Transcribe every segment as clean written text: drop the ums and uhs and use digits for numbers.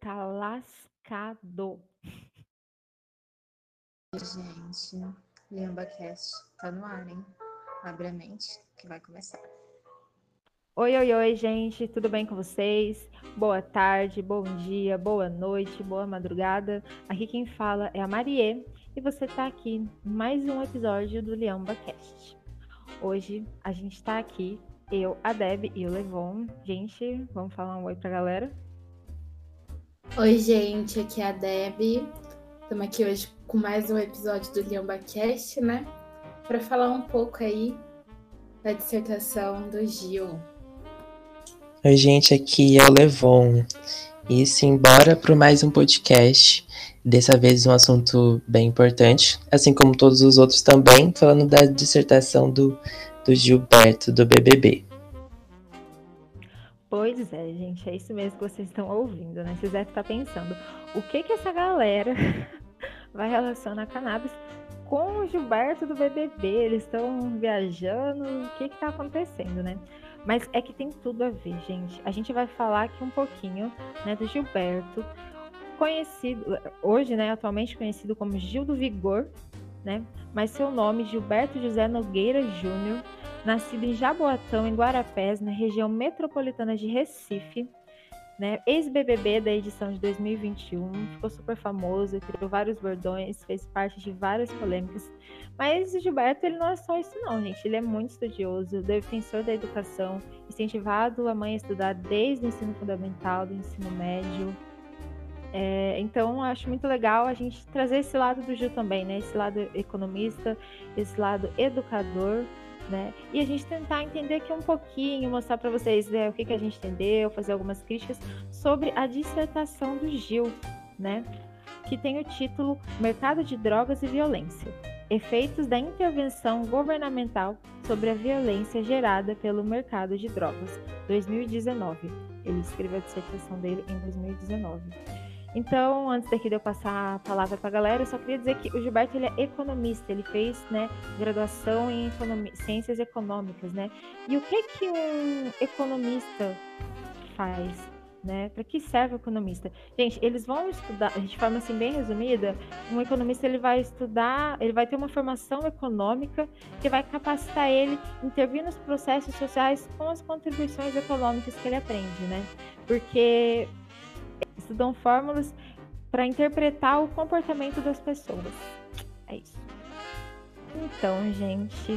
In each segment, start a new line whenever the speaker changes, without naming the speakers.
tá lascado.
Gente, LiambaCast tá no ar, hein? Abre a mente que vai começar.
Oi, oi, oi, gente, tudo bem com vocês? Boa tarde, bom dia, boa noite, boa madrugada. Aqui quem fala é a Marie e você tá aqui em mais um episódio do LiambaCast. Hoje a gente tá aqui, eu, a Deb e o Levon. Gente, vamos falar um oi pra galera?
Oi, gente, aqui é a Deb. Estamos aqui hoje com mais um episódio do LiambaCast, né? Para falar um pouco aí da dissertação do Gil.
Oi, gente, aqui é o Levon. E simbora para mais um podcast. Dessa vez um assunto bem importante, assim como todos os outros também, falando da dissertação do Gilberto, do BBB.
Pois é, gente, é isso mesmo que vocês estão ouvindo, né? Vocês devem estar pensando, o que essa galera vai relacionar cannabis com o Gilberto do BBB? Eles estão viajando, o que tá acontecendo, né? Mas é que tem tudo a ver, gente. A gente vai falar aqui um pouquinho, né, do Gilberto, conhecido, hoje, né, atualmente conhecido como Gil do Vigor, né? Mas seu nome, Gilberto José Nogueira Júnior, nascido em Jaboatão, em Guarapés, na região metropolitana de Recife, né? Ex-BBB da edição de 2021, ficou super famoso, criou vários bordões, fez parte de várias polêmicas. Mas o Gilberto, ele não é só isso não, gente. Ele é muito estudioso, defensor da educação, incentivado a mãe a estudar desde o ensino fundamental, do ensino médio. Então, acho muito legal a gente trazer esse lado do Gil também, né? Esse lado economista, esse lado educador, né? E a gente tentar entender aqui um pouquinho, mostrar para vocês, né, o que a gente entendeu, fazer algumas críticas sobre a dissertação do Gil, né? Que tem o título Mercado de Drogas e Violência. Efeitos da intervenção governamental sobre a violência gerada pelo mercado de drogas, 2019. Ele escreveu a dissertação dele em 2019. Então, antes daqui de eu passar a palavra para a galera, eu só queria dizer que o Gilberto, ele é economista, ele fez, né, graduação em ciências econômicas, né? E o que um economista faz, né? Para que serve o economista? Gente, eles vão estudar, de forma assim bem resumida, um economista ele vai estudar, ele vai ter uma formação econômica que vai capacitar ele a intervir nos processos sociais com as contribuições econômicas que ele aprende, né? Porque estudam fórmulas para interpretar o comportamento das pessoas. É isso. Então, gente,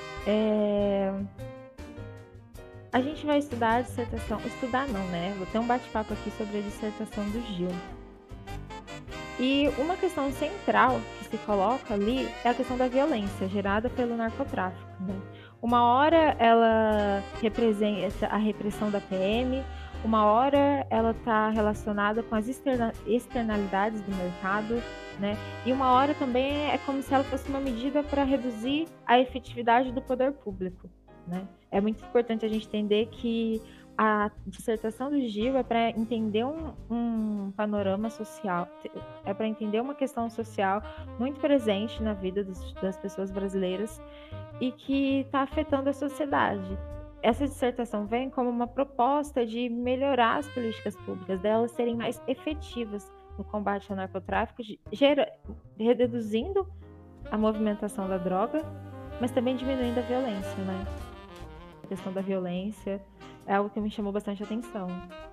a gente vai estudar a dissertação. Estudar não, né? Vou ter um bate-papo aqui sobre a dissertação do Gil. E uma questão central que se coloca ali é a questão da violência gerada pelo narcotráfico, né? Uma hora ela representa a repressão da PM, uma hora ela está relacionada com as externalidades do mercado, né? E uma hora também é como se ela fosse uma medida para reduzir a efetividade do poder público, né? É muito importante a gente entender que a dissertação do Gil é para entender um panorama social, é para entender uma questão social muito presente na vida das pessoas brasileiras e que está afetando a sociedade. Essa dissertação vem como uma proposta de melhorar as políticas públicas, delas serem mais efetivas no combate ao narcotráfico, reduzindo a movimentação da droga, mas também diminuindo a violência, né? A questão da violência é algo que me chamou bastante atenção.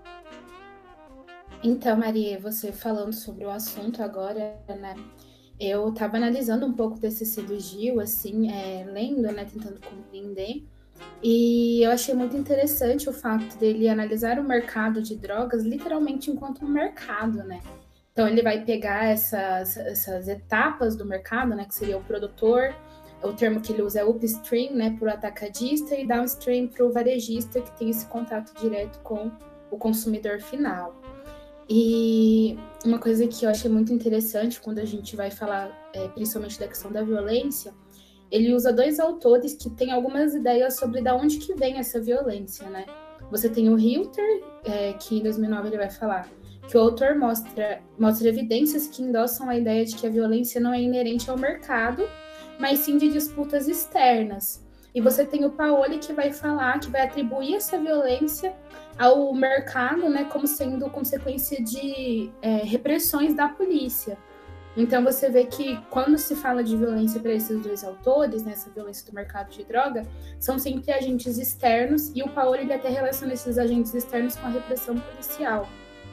Então, Maria, você falando sobre o assunto agora, né? Eu estava analisando um pouco desse do Gil, assim, lendo, né? Tentando compreender. E eu achei muito interessante o fato dele analisar o mercado de drogas literalmente enquanto um mercado, né? Então ele vai pegar essas etapas do mercado, né? Que seria o produtor, o termo que ele usa é upstream, né? Para o atacadista, e downstream para o varejista, que tem esse contato direto com o consumidor final. E uma coisa que eu achei muito interessante quando a gente vai falar principalmente da questão da violência, ele usa dois autores que têm algumas ideias sobre de onde que vem essa violência, né? Você tem o Hilter, que em 2009 ele vai falar que o autor mostra evidências que endossam a ideia de que a violência não é inerente ao mercado, mas sim de disputas externas. e você tem o Paoli que vai falar, que vai atribuir essa violência ao mercado, né, como sendo consequência de repressões da polícia. Então você vê que quando se fala de violência para esses dois autores, né, essa violência do mercado de droga, são sempre agentes externos, e o Paoli ele até relaciona esses agentes externos com a repressão policial.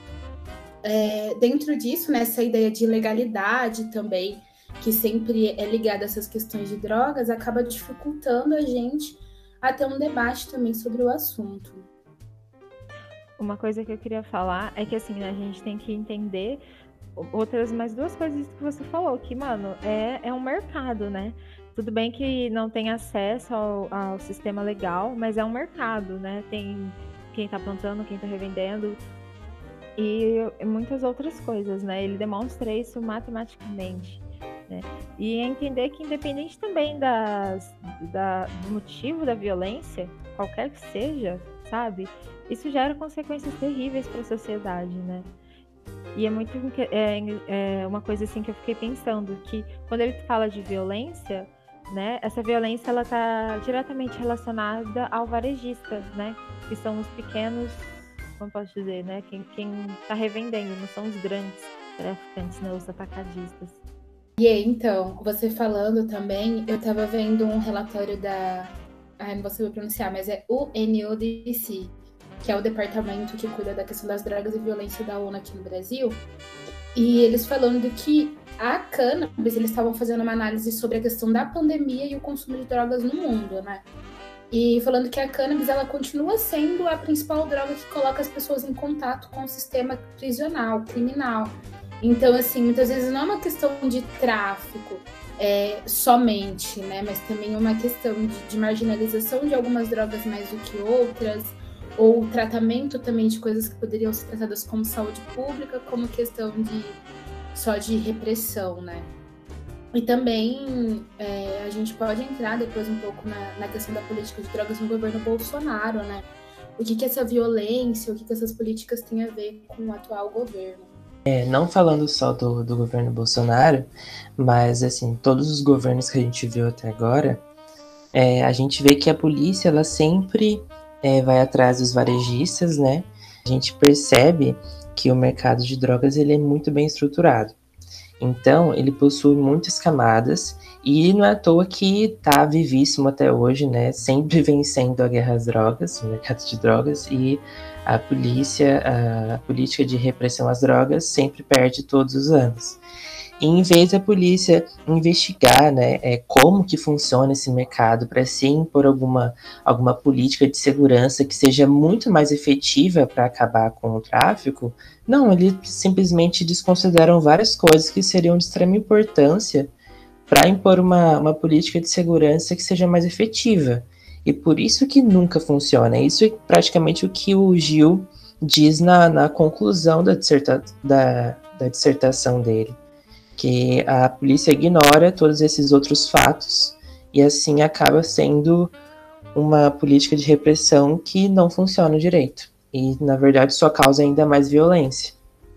Dentro disso, né, essa ideia de legalidade também, que sempre é ligada a essas questões de drogas, acaba dificultando a gente a ter um debate também sobre o assunto.
Uma coisa que eu queria falar é que, assim, né, a gente tem que entender mais duas coisas que você falou, que, mano, é um mercado, né? Tudo bem que não tem acesso ao sistema legal, mas é um mercado, né? Tem quem tá plantando, quem tá revendendo e muitas outras coisas, né? Ele demonstra isso matematicamente, né? E entender que, independente também do motivo da violência, qualquer que seja, sabe? Isso gera consequências terríveis para a sociedade, né? E é muito uma coisa assim que eu fiquei pensando, que quando ele fala de violência, né, essa violência ela está diretamente relacionada ao varejista, né, que são os pequenos, como posso dizer, né, quem está revendendo, não são os grandes traficantes, né, os atacadistas.
E aí, então, você falando também, eu estava vendo um relatório não vou saber pronunciar, mas é UNODC, que é o departamento que cuida da questão das drogas e violência da ONU aqui no Brasil, e eles falando que a cannabis, eles estavam fazendo uma análise sobre a questão da pandemia e o consumo de drogas no mundo, né? E falando que a cannabis, ela continua sendo a principal droga que coloca as pessoas em contato com o sistema prisional, criminal. Então, assim, muitas vezes não é uma questão de tráfico somente, né? Mas também uma questão de marginalização de algumas drogas mais do que outras, ou tratamento também de coisas que poderiam ser tratadas como saúde pública, como questão só de repressão, né? E também a gente pode entrar depois um pouco na questão da política de drogas no governo Bolsonaro, né? O que essa violência, o que essas políticas têm a ver com o atual governo.
Não falando só do governo Bolsonaro, mas assim, todos os governos que a gente viu até agora, a gente vê que a polícia ela sempre vai atrás dos varejistas, né? A gente percebe que o mercado de drogas ele é muito bem estruturado. Então, ele possui muitas camadas e não é à toa que está vivíssimo até hoje, né? Sempre vencendo a guerra às drogas, o mercado de drogas, e a política de repressão às drogas sempre perde todos os anos. E em vez da polícia investigar, né, como que funciona esse mercado para se impor alguma política de segurança que seja muito mais efetiva para acabar com o tráfico, não, eles simplesmente desconsideram várias coisas que seriam de extrema importância para impor uma política de segurança que seja mais efetiva. E por isso que nunca funciona. Isso é praticamente o que o Gil diz na conclusão da dissertação dele, que a polícia ignora todos esses outros fatos e assim acaba sendo uma política de repressão que não funciona direito. E, na verdade, só causa ainda mais violência.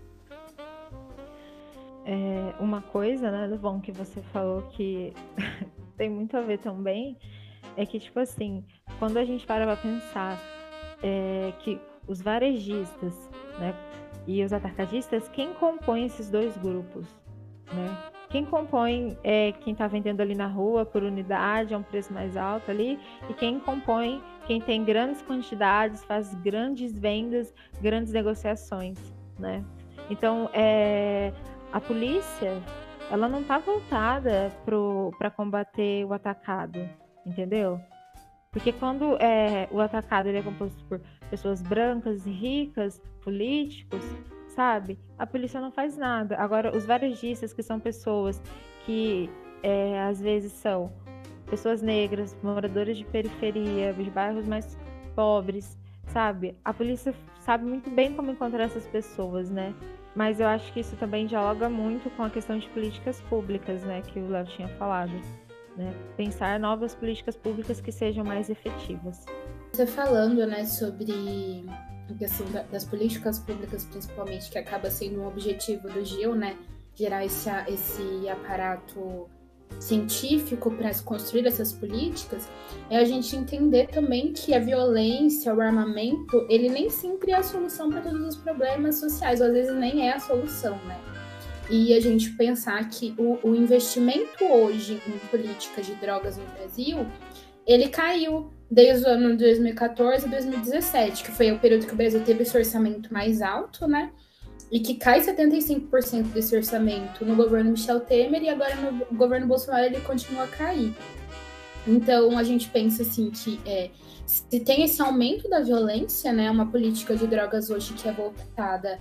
Uma coisa, né, Levon, que você falou que tem muito a ver também, é que, tipo assim, quando a gente para pensar que os varejistas, né, e os atacadistas, quem compõe esses dois grupos? Né? Quem compõe quem está vendendo ali na rua por unidade a um preço mais alto ali, e quem compõe quem tem grandes quantidades, faz grandes vendas, grandes negociações, né? Então, a polícia, ela não está voltada para combater o atacado, entendeu? Porque quando o atacado ele é composto por pessoas brancas e ricas, políticos, sabe? A polícia não faz nada. Agora, os varejistas, que são pessoas que às vezes são pessoas negras, moradores de periferia, de bairros mais pobres, sabe? A polícia sabe muito bem como encontrar essas pessoas, né? Mas eu acho que isso também dialoga muito com a questão de políticas públicas, né? Que o Léo tinha falado, né? Pensar novas políticas públicas que sejam mais efetivas.
Você falando, né, sobre a questão das políticas públicas, principalmente, que acaba sendo um objetivo do Gil, né, gerar esse aparato científico para se construir essas políticas, é a gente entender também que a violência, o armamento, ele nem sempre é a solução para todos os problemas sociais, ou às vezes nem é a solução, né? E a gente pensar que o investimento hoje em políticas de drogas no Brasil, ele caiu desde o ano de 2014 a 2017, que foi o período que o Brasil teve esse orçamento mais alto, né? E que cai 75% desse orçamento no governo Michel Temer, e agora no governo Bolsonaro ele continua a cair. Então, a gente pensa assim que se tem esse aumento da violência, né, uma política de drogas hoje que é voltada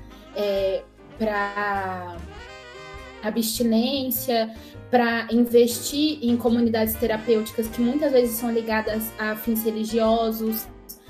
para abstinência, para investir em comunidades terapêuticas que muitas vezes são ligadas a fins religiosos,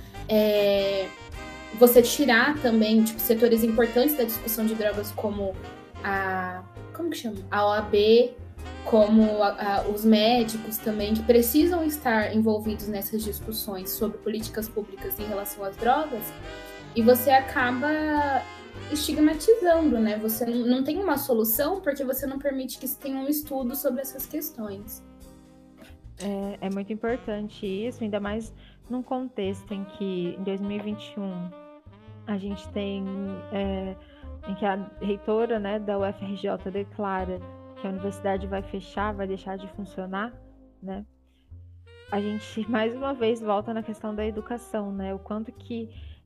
você tirar também setores importantes da discussão de drogas como a OAB, como os médicos também, que precisam estar envolvidos nessas discussões sobre políticas públicas em relação às drogas, e você acaba estigmatizando, né? Você não tem uma solução porque você não permite que se tenha um estudo sobre essas questões.
É muito importante isso, ainda mais num contexto em que, em 2021, a gente tem em que a reitora, né, da UFRJ declara que a universidade vai fechar, vai deixar de funcionar, né? A gente, mais uma vez, volta na questão da educação, né? O quanto que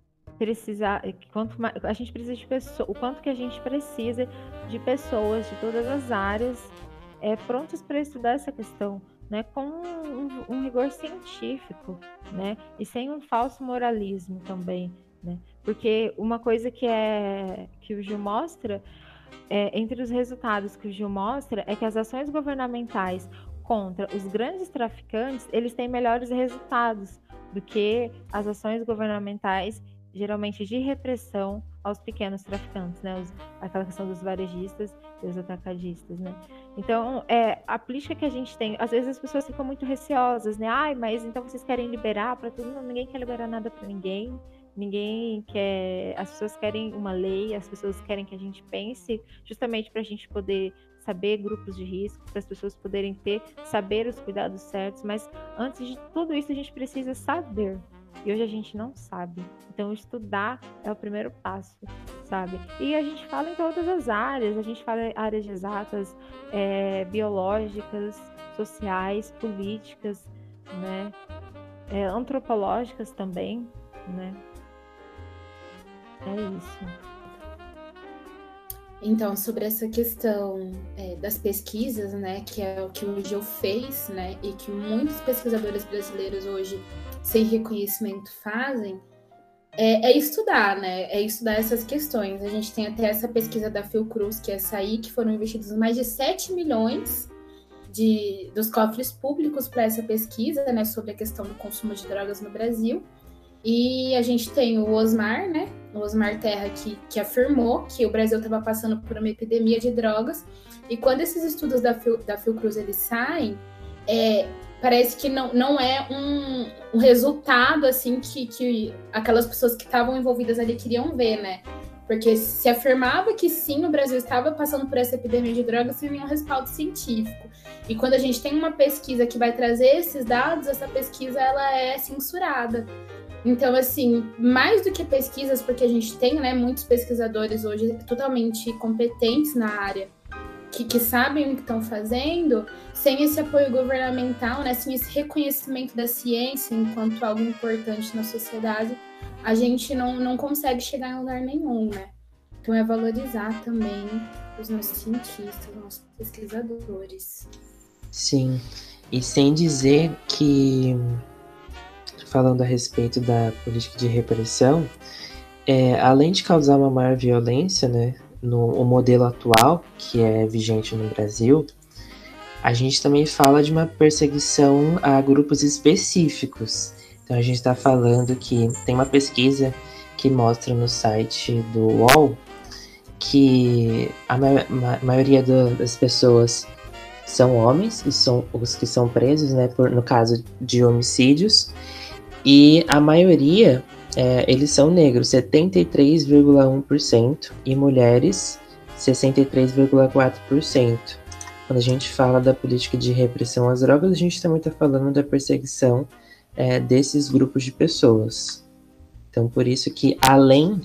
a gente precisa de pessoas, o quanto que a gente precisa de pessoas de todas as áreas prontas para estudar essa questão, né, com um rigor científico, né, e sem um falso moralismo também, né, porque uma coisa que o Gil mostra, entre os resultados que o Gil mostra, é que as ações governamentais contra os grandes traficantes, eles têm melhores resultados do que as ações governamentais geralmente de repressão aos pequenos traficantes, né? Aquela questão dos varejistas e os atacadistas, né? Então, a política que a gente tem, às vezes as pessoas ficam muito receosas, né? Ai, mas então vocês querem liberar para tudo? Não, ninguém quer liberar nada para ninguém. Ninguém quer... As pessoas querem uma lei, as pessoas querem que a gente pense justamente para a gente poder saber grupos de risco, para as pessoas poderem saber os cuidados certos, mas antes de tudo isso a gente precisa saber. E hoje a gente não sabe. Então, estudar é o primeiro passo, sabe? E a gente fala em todas as áreas. A gente fala em áreas de exatas, biológicas, sociais, políticas, né? Antropológicas também, né? É isso.
Então, sobre essa questão das pesquisas, né, que é o que o Gil fez, né, e que muitos pesquisadores brasileiros hoje, sem reconhecimento, fazem, é estudar, né, estudar essas questões. A gente tem até essa pesquisa da Fiocruz, que é essa aí, que foram investidos mais de 7 milhões dos cofres públicos para essa pesquisa, né, sobre a questão do consumo de drogas no Brasil. E a gente tem o Osmar, né? O Osmar Terra, que afirmou que o Brasil estava passando por uma epidemia de drogas. E quando esses estudos da Fiocruz eles saem, parece que não é um resultado assim que aquelas pessoas que estavam envolvidas ali queriam ver, né? Porque se afirmava que sim, o Brasil estava passando por essa epidemia de drogas sem nenhum respaldo científico. E quando a gente tem uma pesquisa que vai trazer esses dados, essa pesquisa ela é censurada. Então, assim, mais do que pesquisas, porque a gente tem, né, muitos pesquisadores hoje totalmente competentes na área, que sabem o que estão fazendo, sem esse apoio governamental, né, sem esse reconhecimento da ciência enquanto algo importante na sociedade, a gente não consegue chegar em lugar nenhum, né? Então, é valorizar também os nossos cientistas, os nossos pesquisadores.
Sim, e sem dizer que... Falando a respeito da política de repressão, além de causar uma maior violência, né, no modelo atual, que é vigente no Brasil, a gente também fala de uma perseguição a grupos específicos. Então a gente está falando que tem uma pesquisa que mostra no site do UOL que a maioria das pessoas são homens, e são os que são presos, né, no caso de homicídios. E a maioria, eles são negros, 73,1%, e mulheres, 63,4%. quando a gente fala da política de repressão às drogas, a gente também está falando da perseguição desses grupos de pessoas. Então, por isso que, além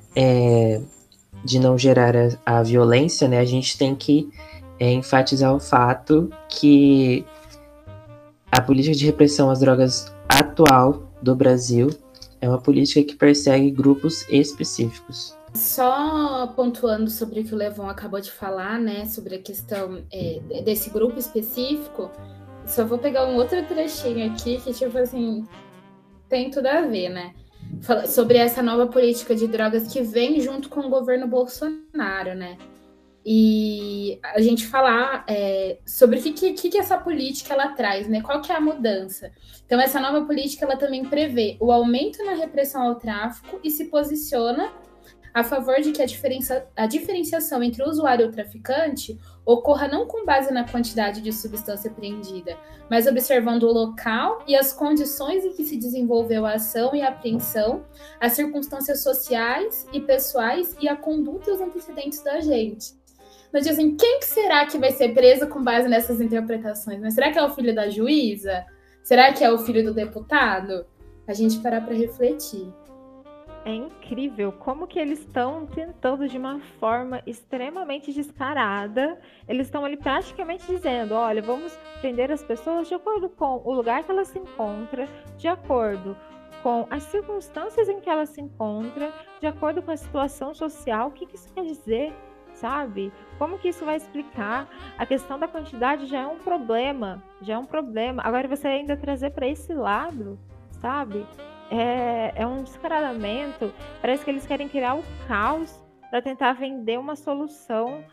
de não gerar a violência, né, a gente tem que enfatizar o fato que a política de repressão às drogas atual do Brasil é uma política que persegue grupos específicos.
Só pontuando sobre o que o Levon acabou de falar, né, sobre a questão desse grupo específico, só vou pegar um outro trechinho aqui que, tipo assim, tem tudo a ver, né? Sobre essa nova política de drogas que vem junto com o governo Bolsonaro, né? E a gente falar sobre o que essa política ela traz, né? Qual que é a mudança? Então, essa nova política ela também prevê o aumento na repressão ao tráfico e se posiciona a favor de que a diferenciação entre o usuário e o traficante ocorra não com base na quantidade de substância apreendida, mas observando o local e as condições em que se desenvolveu a ação e a apreensão, as circunstâncias sociais e pessoais e a conduta e os antecedentes do agente. Então, assim, quem que será que vai ser preso com base nessas interpretações? Mas será que é o filho da juíza? Será que é o filho do deputado? A gente parar para refletir.
É incrível como que eles estão tentando de uma forma extremamente descarada. Eles estão ali praticamente dizendo, olha, vamos prender as pessoas de acordo com o lugar que elas se encontram, de acordo com as circunstâncias em que elas se encontram, de acordo com a situação social. O que isso quer dizer, sabe? Como que isso vai explicar? A questão da quantidade já é um problema, Agora você ainda trazer para esse lado, sabe? É um descaramento. Parece que eles querem criar o caos para tentar vender uma solução.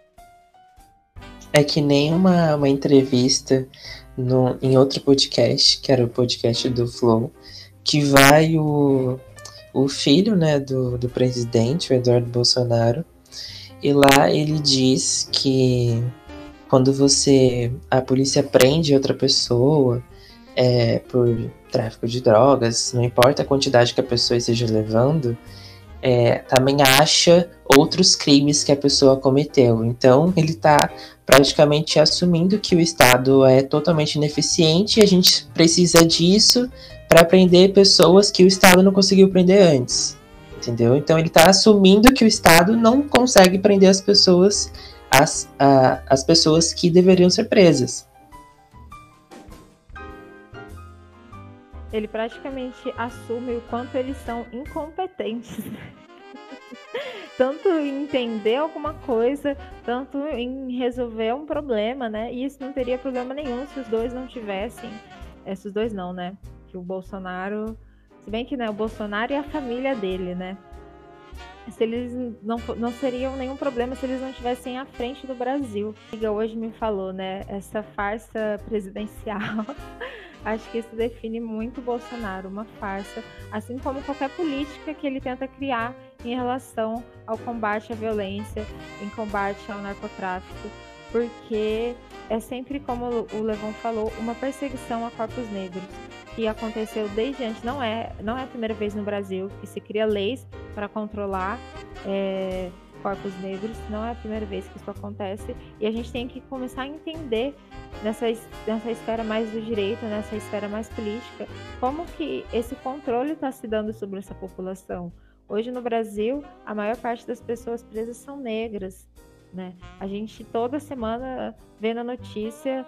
É que nem uma entrevista em outro podcast, que era o podcast do Flow, que vai o filho, né, do presidente, o Eduardo Bolsonaro, e lá ele diz que quando a polícia prende outra pessoa por tráfico de drogas, não importa a quantidade que a pessoa esteja levando, também acha outros crimes que a pessoa cometeu. Então, ele está praticamente assumindo que o Estado é totalmente ineficiente e a gente precisa disso para prender pessoas que o Estado não conseguiu prender antes. Entendeu? Então, ele está assumindo que o Estado não consegue prender as pessoas, as pessoas que deveriam ser presas.
Ele praticamente assume o quanto eles são incompetentes. Tanto em entender alguma coisa, tanto em resolver um problema, né? E isso não teria problema nenhum se os dois não tivessem... se os dois não, né? Que o Bolsonaro... Se bem que, né, o Bolsonaro e a família dele, né? Se eles não seriam nenhum problema se eles não estivessem à frente do Brasil. A amiga hoje me falou, né? Essa farsa presidencial... Acho que isso define muito o Bolsonaro, uma farsa, assim como qualquer política que ele tenta criar em relação ao combate à violência, em combate ao narcotráfico, porque é sempre, como o Levon falou, uma perseguição a corpos negros, que aconteceu desde antes. Não é a primeira vez no Brasil que se cria leis para controlar corpos negros, não é a primeira vez que isso acontece, e a gente tem que começar a entender nessa esfera mais do direito, nessa esfera mais política, como que esse controle está se dando sobre essa população. Hoje no Brasil, a maior parte das pessoas presas são negras, né? A gente toda semana vê na notícia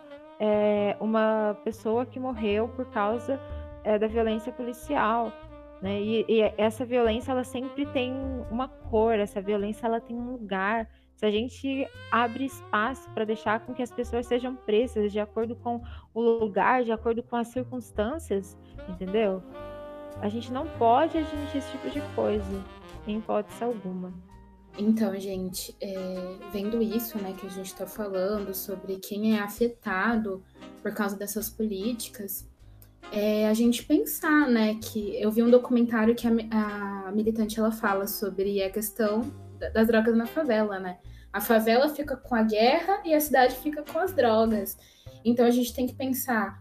uma pessoa que morreu por causa da violência policial, né? E essa violência ela sempre tem uma cor, essa violência ela tem um lugar. Se a gente abre espaço para deixar com que as pessoas sejam presas de acordo com o lugar, de acordo com as circunstâncias, entendeu? A gente não pode admitir esse tipo de coisa, em hipótese alguma.
Então, gente, vendo isso, né, que a gente está falando sobre quem é afetado por causa dessas políticas, a gente pensar, né, que eu vi um documentário que a militante ela fala sobre a questão das drogas na favela, né? A favela fica com a guerra e a cidade fica com as drogas. Então a gente tem que pensar,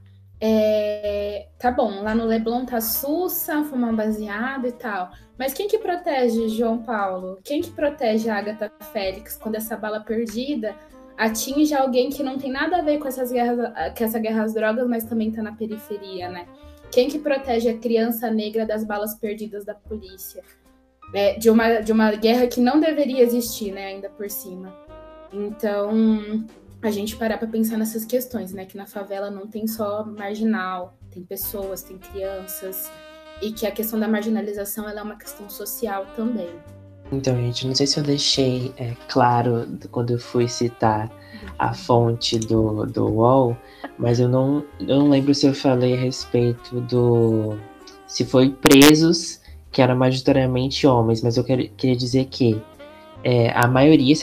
tá bom, lá no Leblon tá sussa, fumar um baseado e tal, mas quem que protege João Paulo? Quem que protege a Agatha Félix quando essa bala perdida atinge alguém que não tem nada a ver com essa guerra às drogas, mas também está na periferia, né? Quem que protege a criança negra das balas perdidas da polícia? De uma guerra que não deveria existir, né, ainda por cima. Então, a gente parar para pensar nessas questões, né, que na favela não tem só marginal, tem pessoas, tem crianças, e que a questão da marginalização ela é uma questão social também.
Então, gente, não sei se eu deixei claro quando eu fui citar a fonte do UOL, mas eu não lembro se eu falei a respeito se foi presos, que eram majoritariamente homens, mas eu queria dizer que a maioria,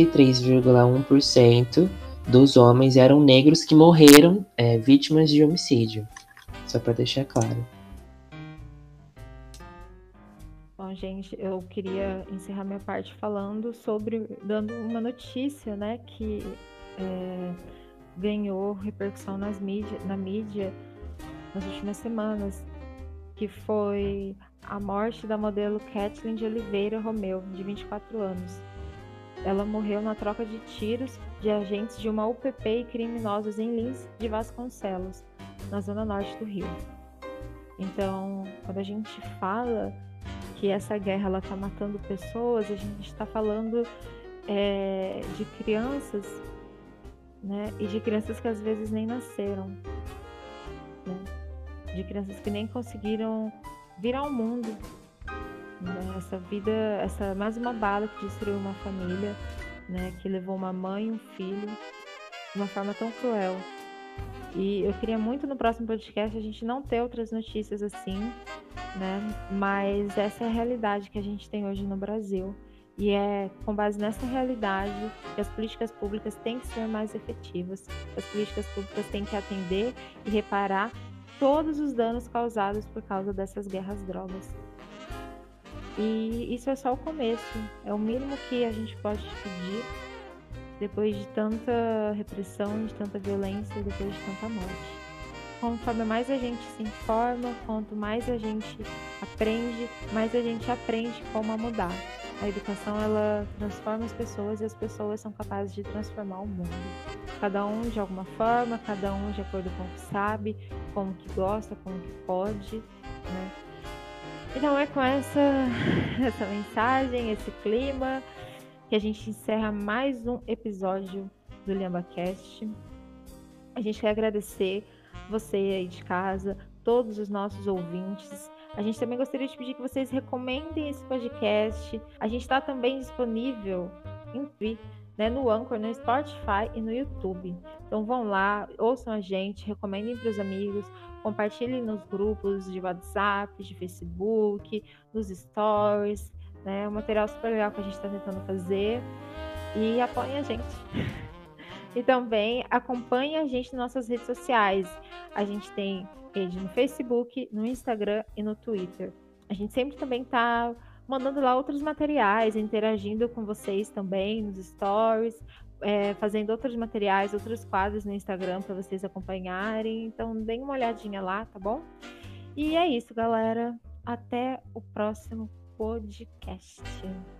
73,1% dos homens eram negros que morreram vítimas de homicídio. Só para deixar claro.
Bom, gente, eu queria encerrar minha parte dando uma notícia, né, que ganhou repercussão na mídia nas últimas semanas, que foi a morte da modelo Kathleen de Oliveira Romeu, de 24 anos. Ela morreu na troca de tiros de agentes de uma UPP e criminosos em Lins de Vasconcelos, na zona norte do Rio. Então, quando a gente fala que essa guerra ela está matando pessoas, a gente está falando de crianças, né? E de crianças que às vezes nem nasceram, né? De crianças que nem conseguiram vir ao mundo, né? Essa mais uma bala que destruiu uma família, né? Que levou uma mãe e um filho de uma forma tão cruel. E eu queria muito no próximo podcast a gente não ter outras notícias assim, né? Mas essa é a realidade que a gente tem hoje no Brasil. E é com base nessa realidade que as políticas públicas têm que ser mais efetivas. As políticas públicas têm que atender e reparar todos os danos causados por causa dessas guerras drogas. E isso é só o começo. É o mínimo que a gente pode pedir depois de tanta repressão, de tanta violência, depois de tanta morte. Conforme mais a gente se informa, quanto mais a gente aprende, mais a gente aprende como mudar. A educação, ela transforma as pessoas e as pessoas são capazes de transformar o mundo. Cada um de alguma forma, cada um de acordo com o que sabe, com o que gosta, com o que pode, né? Então é com essa mensagem, esse clima, que a gente encerra mais um episódio do LhambaCast. A gente quer agradecer você aí de casa, todos os nossos ouvintes. A gente também gostaria de pedir que vocês recomendem esse podcast. A gente está também disponível no Anchor, no Spotify e no YouTube. Então vão lá, ouçam a gente, recomendem para os amigos, compartilhem nos grupos de WhatsApp, de Facebook, nos stories, né? É um material super legal que a gente está tentando fazer. E apoiem a gente. E também acompanhe a gente nas nossas redes sociais. A gente tem rede no Facebook, no Instagram e no Twitter. A gente sempre também está mandando lá outros materiais, interagindo com vocês também nos stories, fazendo outros materiais, outros quadros no Instagram para vocês acompanharem. Então, deem uma olhadinha lá, tá bom? E é isso, galera. Até o próximo podcast.